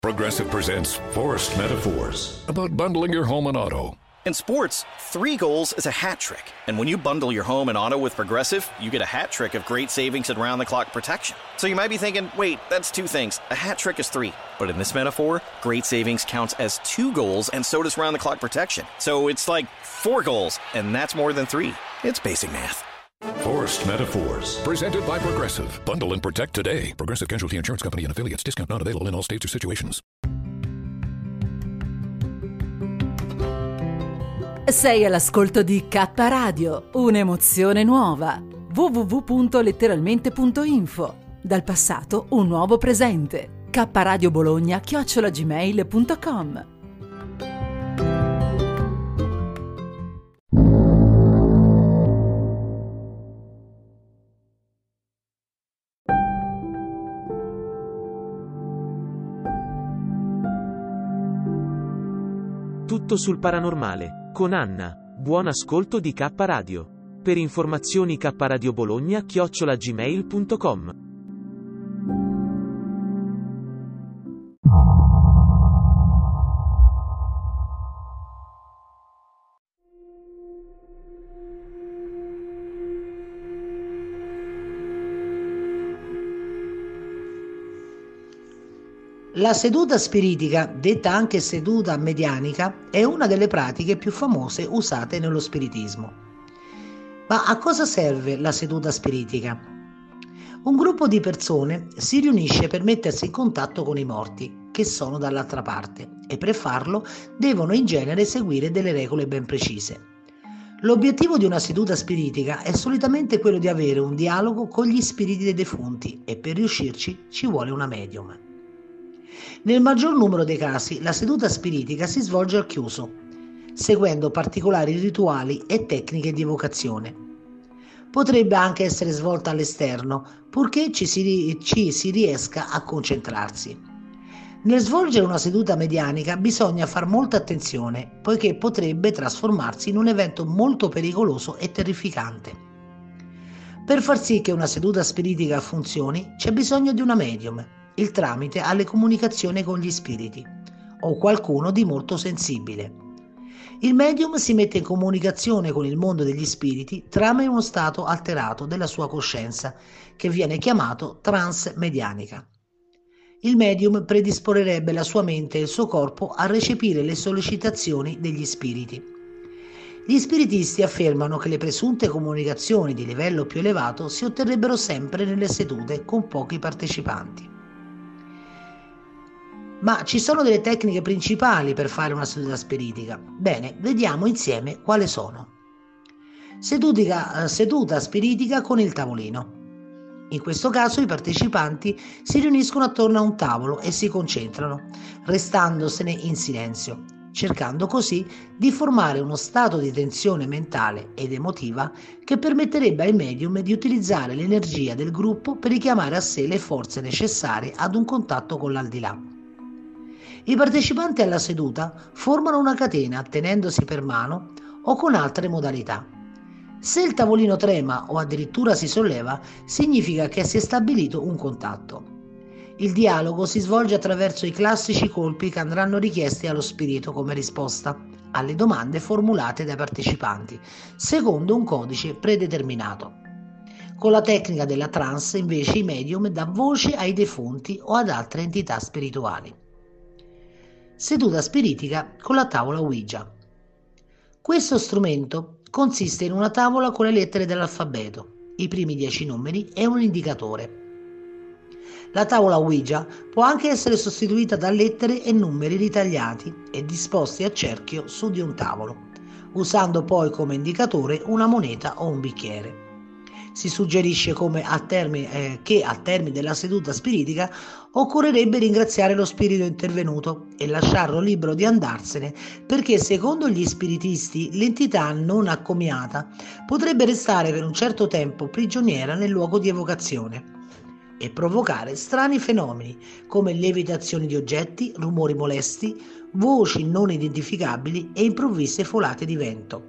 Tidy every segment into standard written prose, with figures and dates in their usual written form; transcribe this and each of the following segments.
Progressive presents Forced Metaphors about bundling your home and auto. In sports, 3 goals is a hat trick. And when you bundle your home and auto with Progressive, you get a hat trick of great savings and round-the-clock protection. So you might be thinking, wait, that's 2 things. A hat trick is 3. But in this metaphor, great savings counts as 2 goals, and so does round-the-clock protection. So it's like 4 goals, and that's more than 3. It's basic math. Forced Metaphors, presented by Progressive. Bundle and protect today. Progressive Casualty Insurance Company and affiliates. Discount not available in all states or situations. Sei all'ascolto di K Radio, un'emozione nuova. www.letteralmente.info. Dal passato un nuovo presente. kradiobologna@gmail.com. Tutto sul paranormale, con Anna. Buon ascolto di K Radio. Per informazioni kradiobologna@gmail.com. La seduta spiritica, detta anche seduta medianica, è una delle pratiche più famose usate nello spiritismo. Ma a cosa serve la seduta spiritica? Un gruppo di persone si riunisce per mettersi in contatto con i morti, che sono dall'altra parte, e per farlo devono in genere seguire delle regole ben precise. L'obiettivo di una seduta spiritica è solitamente quello di avere un dialogo con gli spiriti dei defunti e per riuscirci ci vuole una medium. Nel maggior numero dei casi la seduta spiritica si svolge al chiuso, seguendo particolari rituali e tecniche di evocazione. Potrebbe anche essere svolta all'esterno, purché ci si riesca a concentrarsi. Nel svolgere una seduta medianica bisogna far molta attenzione, poiché potrebbe trasformarsi in un evento molto pericoloso e terrificante. Per far sì che una seduta spiritica funzioni c'è bisogno di una medium, il tramite alle comunicazioni con gli spiriti, o qualcuno di molto sensibile. Il medium si mette in comunicazione con il mondo degli spiriti tramite uno stato alterato della sua coscienza, che viene chiamato trance medianica. Il medium predisporrebbe la sua mente e il suo corpo a recepire le sollecitazioni degli spiriti. Gli spiritisti affermano che le presunte comunicazioni di livello più elevato si otterrebbero sempre nelle sedute con pochi partecipanti. Ma ci sono delle tecniche principali per fare una seduta spiritica. Bene, vediamo insieme quali sono. Seduta spiritica con il tavolino. In questo caso i partecipanti si riuniscono attorno a un tavolo e si concentrano, restandosene in silenzio, cercando così di formare uno stato di tensione mentale ed emotiva che permetterebbe ai medium di utilizzare l'energia del gruppo per richiamare a sé le forze necessarie ad un contatto con l'aldilà. I partecipanti alla seduta formano una catena tenendosi per mano o con altre modalità. Se il tavolino trema o addirittura si solleva, significa che si è stabilito un contatto. Il dialogo si svolge attraverso i classici colpi che andranno richiesti allo spirito come risposta alle domande formulate dai partecipanti, secondo un codice predeterminato. Con la tecnica della trance, invece, i medium dà voce ai defunti o ad altre entità spirituali. Seduta spiritica con la tavola Ouija. Questo strumento consiste in una tavola con le lettere dell'alfabeto, i primi 10 numeri e un indicatore. La tavola Ouija può anche essere sostituita da lettere e numeri ritagliati e disposti a cerchio su di un tavolo, usando poi come indicatore una moneta o un bicchiere. Si suggerisce che al termine della seduta spiritica occorrerebbe ringraziare lo spirito intervenuto e lasciarlo libero di andarsene, perché secondo gli spiritisti l'entità non accomiata potrebbe restare per un certo tempo prigioniera nel luogo di evocazione e provocare strani fenomeni come lievitazioni di oggetti, rumori molesti, voci non identificabili e improvvise folate di vento.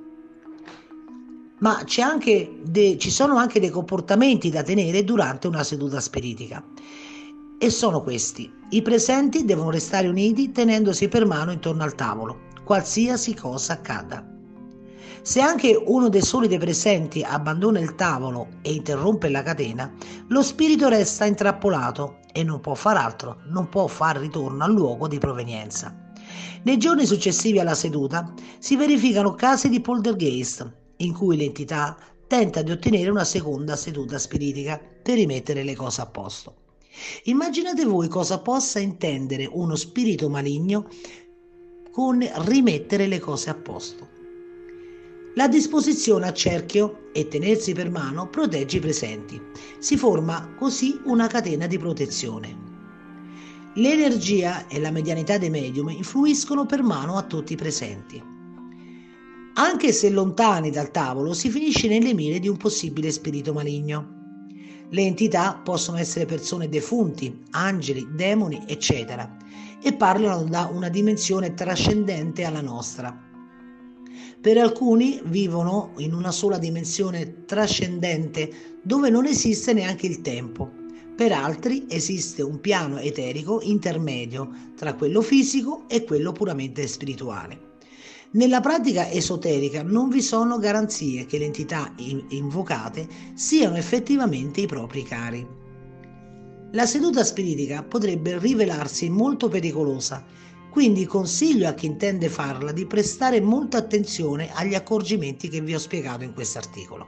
Ma ci sono anche dei comportamenti da tenere durante una seduta spiritica. e sono questi. I presenti devono restare uniti tenendosi per mano intorno al tavolo, qualsiasi cosa accada. Se anche uno dei soli dei presenti abbandona il tavolo e interrompe la catena, lo spirito resta intrappolato e non può far altro, non può far ritorno al luogo di provenienza. Nei giorni successivi alla seduta si verificano casi di poltergeist, in cui l'entità tenta di ottenere una seconda seduta spiritica per rimettere le cose a posto. Immaginate voi cosa possa intendere uno spirito maligno con rimettere le cose a posto. La disposizione a cerchio e tenersi per mano protegge i presenti. Si forma così una catena di protezione. L'energia e la medianità dei medium influiscono per mano a tutti i presenti. Anche se lontani dal tavolo, si finisce nelle mire di un possibile spirito maligno. Le entità possono essere persone defunti, angeli, demoni, eccetera, e parlano da una dimensione trascendente alla nostra. Per alcuni vivono in una sola dimensione trascendente dove non esiste neanche il tempo. Per altri esiste un piano eterico intermedio tra quello fisico e quello puramente spirituale. Nella pratica esoterica non vi sono garanzie che le entità invocate siano effettivamente i propri cari. La seduta spiritica potrebbe rivelarsi molto pericolosa, quindi consiglio a chi intende farla di prestare molta attenzione agli accorgimenti che vi ho spiegato in quest'articolo.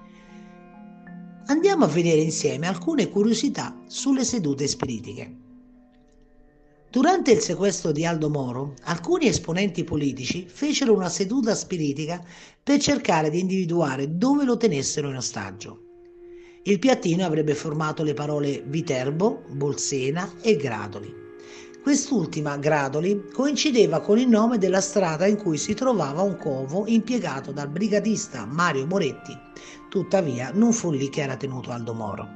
Andiamo a vedere insieme alcune curiosità sulle sedute spiritiche. Durante il sequestro di Aldo Moro, alcuni esponenti politici fecero una seduta spiritica per cercare di individuare dove lo tenessero in ostaggio. Il piattino avrebbe formato le parole Viterbo, Bolsena e Gradoli. Quest'ultima, Gradoli, coincideva con il nome della strada in cui si trovava un covo impiegato dal brigatista Mario Moretti, tuttavia non fu lì che era tenuto Aldo Moro.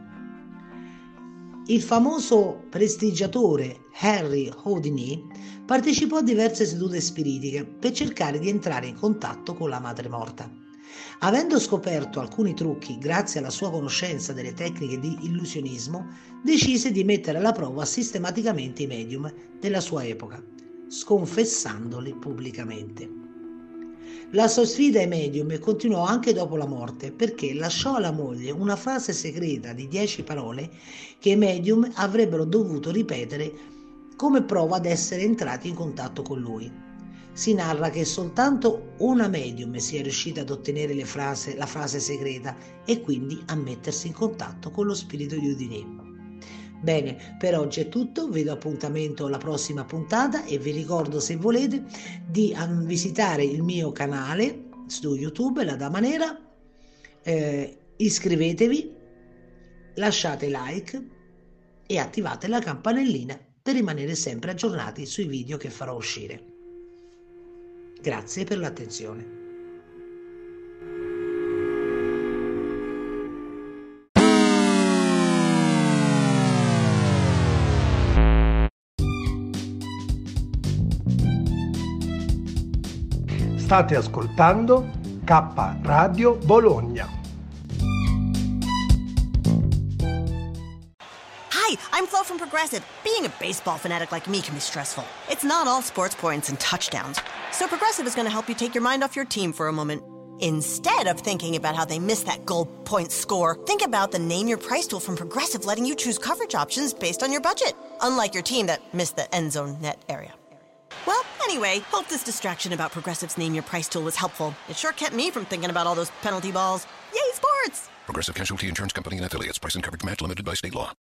Il famoso prestigiatore Henry Houdini partecipò a diverse sedute spiritiche per cercare di entrare in contatto con la madre morta. Avendo scoperto alcuni trucchi grazie alla sua conoscenza delle tecniche di illusionismo, decise di mettere alla prova sistematicamente i medium della sua epoca, sconfessandoli pubblicamente. La sua sfida ai medium continuò anche dopo la morte, perché lasciò alla moglie una frase segreta di 10 parole che i medium avrebbero dovuto ripetere come prova ad essere entrati in contatto con lui. Si narra che soltanto una medium sia riuscita ad ottenere la frase segreta e quindi a mettersi in contatto con lo spirito di Houdini. Bene, per oggi è tutto, vi do appuntamento alla prossima puntata e vi ricordo, se volete, di visitare il mio canale su YouTube, La Dama Nera, iscrivetevi, lasciate like e attivate la campanellina per rimanere sempre aggiornati sui video che farò uscire. Grazie per l'attenzione. State ascoltando K Radio Bologna. Hi, I'm Flo from Progressive. Being a baseball fanatic like me can be stressful. It's not all sports points and touchdowns. So Progressive is going to help you take your mind off your team for a moment. Instead of thinking about how they missed that goal point score, think about the Name Your Price tool from Progressive, letting you choose coverage options based on your budget, unlike your team that missed the end zone net area. Well, anyway, hope this distraction about Progressive's Name Your Price tool was helpful. It sure kept me from thinking about all those penalty balls. Yay, sports! Progressive Casualty Insurance Company and Affiliates. Price and coverage match limited by state law.